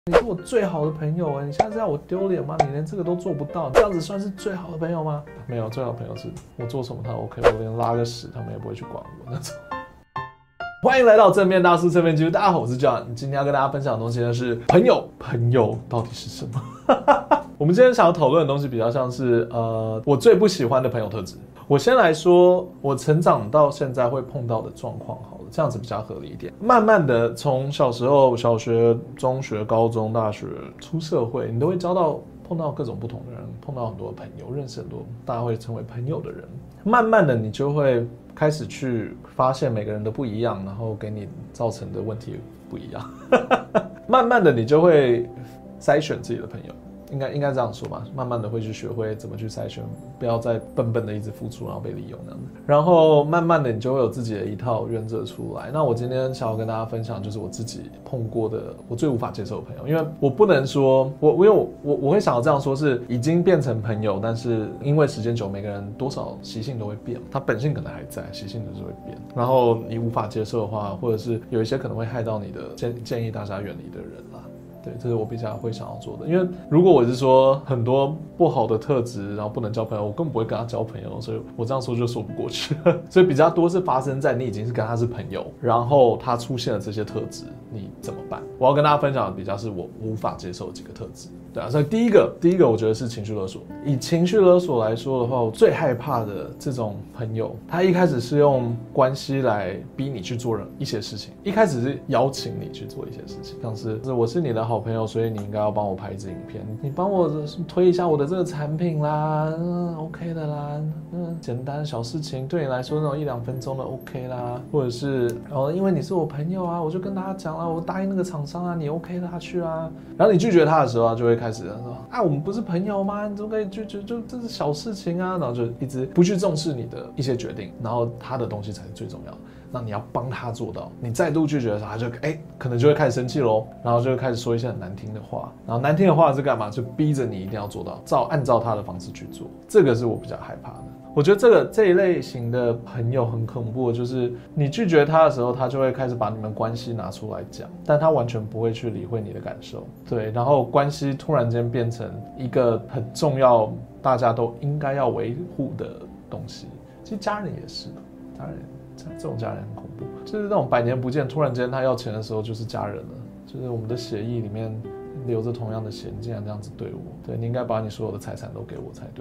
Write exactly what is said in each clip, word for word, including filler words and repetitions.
你是我最好的朋友哎，你现在是要我丢脸吗？你连这个都做不到，这样子算是最好的朋友吗？没有，最好的朋友是我做什么他 OK， 我连拉个屎他们也不会去管我那种。欢迎来到正面大叔侧面记录，大家好，我是 John， 今天要跟大家分享的东西呢是朋友，朋友到底是什么？我们今天想要讨论的东西比较像是呃我最不喜欢的朋友特质。我先来说我成长到现在会碰到的状况好了，这样子比较合理一点。慢慢的从小时候小学、中学、高中、大学出社会，你都会交到碰到各种不同的人，碰到很多朋友，认识很多大家会成为朋友的人。慢慢的你就会开始去发现每个人的不一样，然后给你造成的问题不一样。慢慢的你就会筛选自己的朋友，应该应该这样说吧。慢慢的会去学会怎么去筛选，不要再笨笨的一直付出，然后被利用那样子。然后慢慢的你就会有自己的一套原则出来。那我今天想要跟大家分享，就是我自己碰过的我最无法接受的朋友，因为我不能说我我有我我会想要这样说，是已经变成朋友，但是因为时间久，每个人多少习性都会变，他本性可能还在，习性就是会变。然后你无法接受的话，或者是有一些可能会害到你的，建建议大家远离的人啦。对，这是我比较会想要做的。因为如果我是说很多不好的特质，然后不能交朋友，我根本不会跟他交朋友，所以我这样说就说不过去。所以比较多是发生在你已经是跟他是朋友，然后他出现了这些特质，你怎么办？我要跟大家分享的比较是我无法接受的几个特质。对啊，所以第一个，第一个我觉得是情绪勒索。以情绪勒索来说的话，我最害怕的这种朋友，他一开始是用关系来逼你去做一些事情，一开始是邀请你去做一些事情，像是我是你的好朋友，所以你应该要帮我拍一支影片，你帮我推一下我的这个产品啦，嗯 ，OK 的啦，嗯，简单小事情，对你来说那种一两分钟的 OK 啦，或者是哦，因为你是我朋友啊，我就跟大家讲啦，我答应那个厂商啊，你 OK 的，他去啊，然后你拒绝他的时候啊，就会开始说啊，我们不是朋友吗？你怎么可以拒绝？就这是小事情啊，然后就一直不去重视你的一些决定，然后他的东西才是最重要的。那你要帮他做到，你再度拒绝的时候，他就哎、欸，可能就会开始生气咯，然后就会开始说一些很难听的话，然后难听的话是干嘛？就逼着你一定要做到，照按照他的方式去做。这个是我比较害怕的。我觉得这个这一类型的朋友很恐怖的，就是你拒绝他的时候，他就会开始把你们关系拿出来讲，但他完全不会去理会你的感受。对，然后关系突然间变成一个很重要，大家都应该要维护的东西。其实家人也是，家人。这种家人很恐怖，就是那种百年不见，突然間他要錢的時候就是家人了，就是我們的協議裡面留着同樣的血，你竟然這樣子對我，對，你應該把你所有的財產都給我才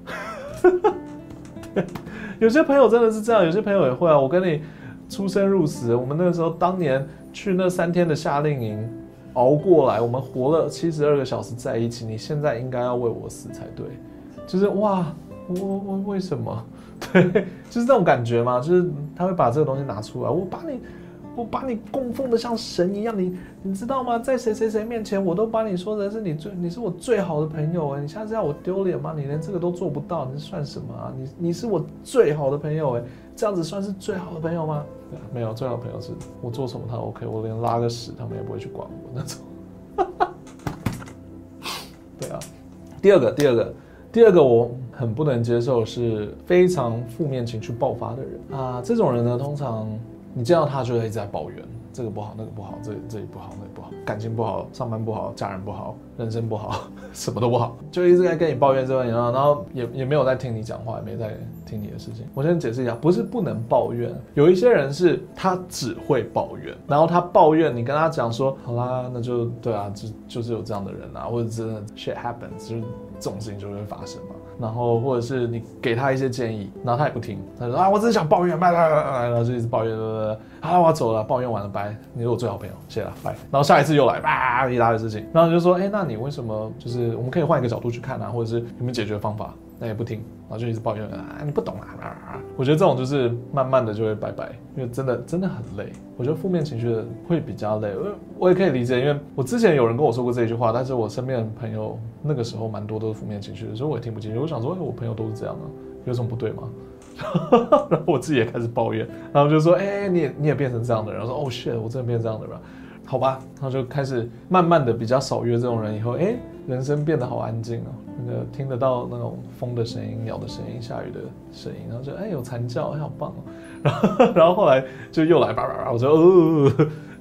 對。有些朋友真的是這樣，有些朋友也會啊，我跟你出生入死，我們那個時候當年去那三天的夏令營熬過來，我們活了七十二個小時在一起，你現在應該要為我死才對，就是哇，我我為什麼？对，就是這種感覺嘛，就是他會把這個東西拿出來，我把你，我把你供奉的像神一樣，你你知道嗎？在誰誰誰面前，我都把你說的是你最，你是我最好的朋友，你現在是要我丟臉嗎？你連這個都做不到，你是算什麼啊？你你是我最好的朋友，這樣子算是最好的朋友嗎？對，沒有，最好的朋友是我做什麼他 OK， 我連拉個屎他們也不會去管我那種。對啊，第二個，第二個。第二個我很不能接受是非常負面情緒爆發的人啊，這種人呢，通常你見到他就會一直在抱怨，這個不好，那個不好，這這裡不好，那個不好，感情不好，上班不好，家人不好，人生不好，什麼都不好，就一直在跟你抱怨這個，然後然後也也沒有在聽你講話，也沒在聽你的事情。我先解釋一下，不是不能抱怨，有一些人是他只會抱怨，然後他抱怨，你跟他講說，好啦，那就對啊，就就是有這樣的人啊，或者真的 shit happens，就是這種事情就會發生嘛。然後或者是你給他一些建議，然後他也不聽，他就說啊，我只是想抱怨，拜拜拜拜，然後就一直抱怨，好，我要走了，抱怨完了，拜，你是我最好朋友，謝了，拜。然後下一次又來，啊，一大堆事情，然後你就說，哎，那你為什麼就是我們可以換一個角度去看啊，或者是有沒有解決方法？那也不聽，然後就一直抱怨啊，你不懂啊。我覺得這種就是慢慢的就會拜拜，因為真的真的很累。我覺得負面情緒的會比較累，我也可以理解，因為我之前有人跟我說過這一句話，但是我身邊的朋友那個時候蠻多都是負面情緒的，所以我也聽不進去。我想說，我朋友都是這樣啊，有什麼不對嗎？然後我自己也開始抱怨，然後就說，哎，你也你也變成這樣的人，然後說，哦 shit，我真的變成這樣的人，好吧，然後就開始慢慢的比較少約這種人以後，哎，人生變得好安靜哦。那個聽得到那種風的聲音、鳥的聲音、下雨的聲音，然後就哎有蟬叫，哎好棒哦。然後然後後來就又來叭叭叭，我說哦，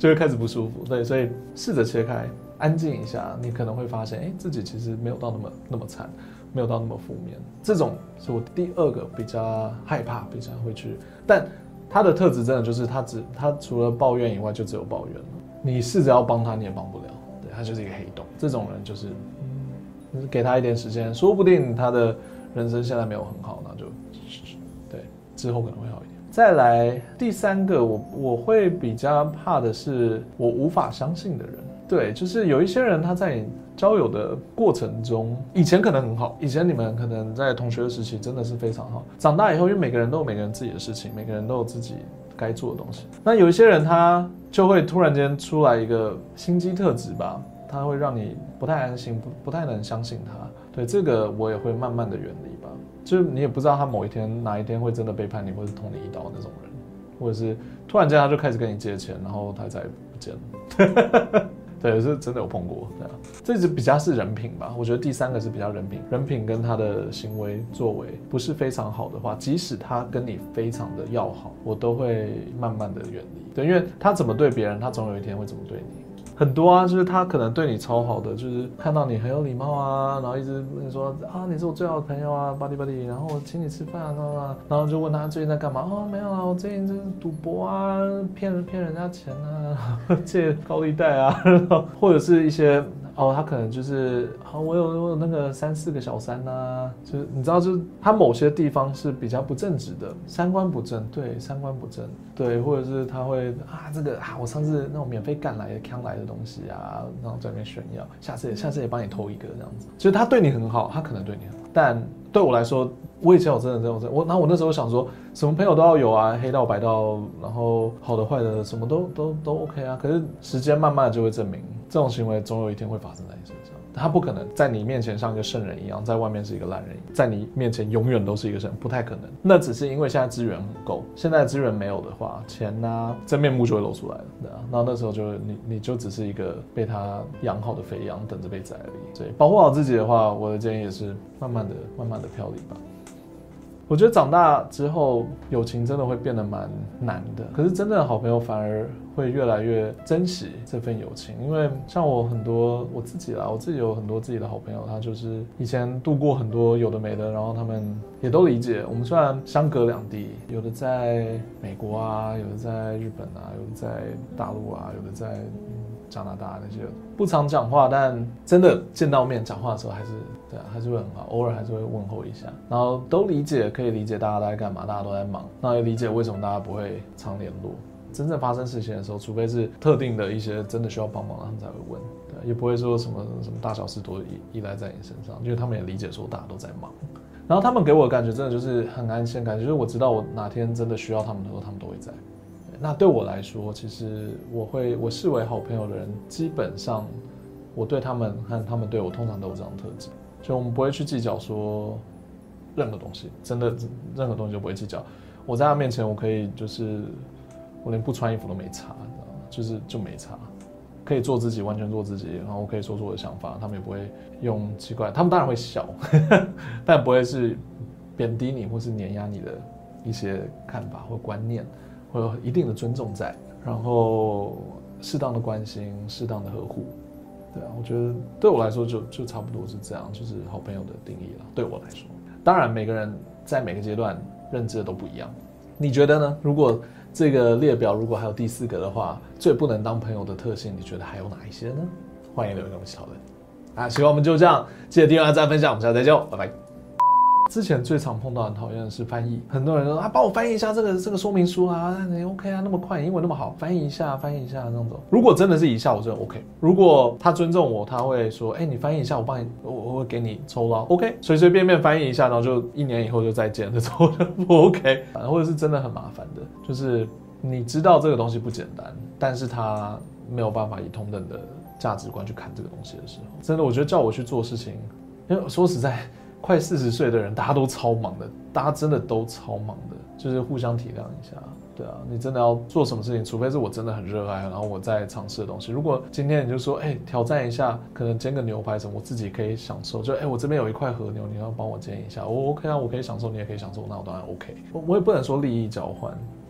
就会开始不舒服。对，所以试着切开，安静一下，你可能会发现，哎，自己其实没有到那么那么惨，没有到那么负面。这种是我第二个比较害怕，比较会去，但他的特质真的就是他只他除了抱怨以外，就只有抱怨了。你试着要帮他，你也帮不了。对，他就是一个黑洞。这种人就是，嗯，给他一点时间，说不定他的人生现在没有很好，那就对，之后可能会好一点。再来第三个，我我会比较怕的是我无法相信的人。对，就是有一些人他在你交友的过程中，以前可能很好，以前你们可能在同学时期真的是非常好。长大以后，因为每个人都有每个人自己的事情，每个人都有自己该做的东西。那有一些人他就会突然间出来一个心机特质吧，他会让你不太安心，不不太能相信他。对，这个我也会慢慢的远离吧。就是你也不知道他某一天哪一天会真的背叛你，或是捅你一刀那种人，或者是突然间他就开始跟你借钱，然后他再也不见了。对，是真的有碰过，对啊，这就比较是人品吧。我觉得第三个是比较人品，人品跟他的行为作为不是非常好的话，即使他跟你非常的要好，我都会慢慢的远离。对，因为他怎么对别人，他总有一天会怎么对你。很多啊，就是他可能对你超好的，就是看到你很有礼貌啊，然后一直跟你说啊，你是我最好的朋友啊，巴里巴里，然后我请你吃饭啊，然后就问他最近在干嘛，哦，没有啊，我最近就是赌博啊，骗人骗人家钱啊，借高利贷啊，或者是一些哦，他可能就是啊、哦，我有我有那个三四个小三啊，就是你知道，就是他某些地方是比较不正直的，三观不正，对，三观不正，对，或者是他会啊，这个啊，我上次那种免费干来的、扛来的东西啊，然后在那边炫耀，下次也下次也帮你偷一个这样子，就是他对你很好，他可能对你很好，但对我来说，我以前有真的这种，我然后我那时候想说，什么朋友都要有啊，黑道白道，然后好的坏的，什么都都都 OK 啊，可是时间慢慢的就会证明。这种行为总有一天会发生在你身上，他不可能在你面前像一个圣人一样，在外面是一个烂人，在你面前永远都是一个圣人，不太可能。那只是因为现在资源很够，现在资源没有的话，钱啊真面目就会露出来了，对啊。然后那时候就你你就只是一个被他养好的肥羊，等着被宰而已。所以保护好自己的话，我的建议也是慢慢的、慢慢的飘离吧。我觉得长大之后，友情真的会变得蛮难的。可是真正的好朋友反而会越来越珍惜这份友情，因为像我很多我自己啦，我自己有很多自己的好朋友，他就是以前度过很多有的没的，然后他们也都理解。我们虽然相隔两地，有的在美国啊，有的在日本啊，有的在大陆啊，有的在加拿大那些不常讲话，但真的见到面讲话的时候还是对啊，还是会很好，偶尔还是会问候一下，然后都理解，可以理解大家都在干嘛，大家都在忙，那也理解为什么大家不会常联络。真正发生事情的时候，除非是特定的一些真的需要帮忙，他们才会问，对，也不会说什么什么大小事都依赖在你身上，因为他们也理解说大家都在忙。然后他们给我的感觉真的就是很安心的感觉，就是我知道我哪天真的需要他们的时候，他们都会在。那对我来说，其实我会我视为好朋友的人，基本上我对他们和他们对我通常都有这样的特质，所以我们不会去计较说任何东西，真的任何东西就不会计较。我在他面前，我可以就是我连不穿衣服都没差，就是就没差，可以做自己，完全做自己，然后我可以说出我的想法，他们也不会用奇怪，他们当然会笑，但不会是贬低你或是碾压你的一些看法或观念。会有一定的尊重在，然后适当的关心，适当的呵护，对啊，我觉得对我来说就就差不多是这样，就是好朋友的定义了。对我来说，当然每个人在每个阶段认知的都不一样。你觉得呢？如果这个列表如果还有第四个的话，最不能当朋友的特性，你觉得还有哪一些呢？欢迎留言跟我们一起讨论。啊，喜欢我们就这样，记得订阅、按赞、分享，我们下次再见，拜拜。之前最常碰到很讨厌的是翻译，很多人说啊，帮我翻译一下这个这个说明书啊，你 OK 啊，那么快，英文那么好，翻译一下，翻译一下那种。如果真的是一下，我就 OK。如果他尊重我，他会说，哎、欸，你翻译一下，我帮你，我我会给你抽到 OK， 随随便便翻译一下，然后就一年以后就再见，这种就不 OK。或者是真的很麻烦的，就是你知道这个东西不简单，但是他没有办法以同等的价值观去看这个东西的时候，真的，我觉得叫我去做事情，因为说实在。快四十岁的人，大家都超忙的，大家真的都超忙的，就是互相体谅一下。对啊，你真的要做什么事情，除非是我真的很热爱，然后我在尝试的东西。如果今天你就说，哎、欸，挑战一下，可能煎个牛排什么，我自己可以享受。就哎、欸，我这边有一块和牛，你要帮我煎一下，我 OK 啊，我可以享受，你也可以享受，那我当然 OK。我我也不能说利益交换，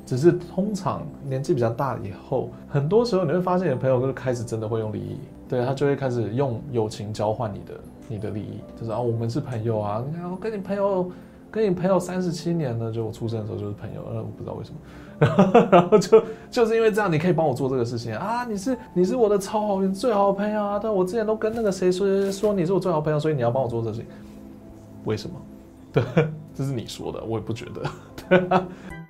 只是通常年纪比较大以后，很多时候你会发现你的朋友就开始真的会用利益，对他就会开始用友情交换你的你的利益，就是啊我们是朋友啊，你看我跟你朋友跟你朋友三十七年了，就我出生的时候就是朋友，呃我不知道为什么，然后就就是因为这样，你可以帮我做这个事情啊，你是你是我的超好最好的朋友啊，但我之前都跟那个谁说说你是我最好的朋友，所以你要帮我做这个事情，为什么？对，这是你说的，我也不觉得。对啊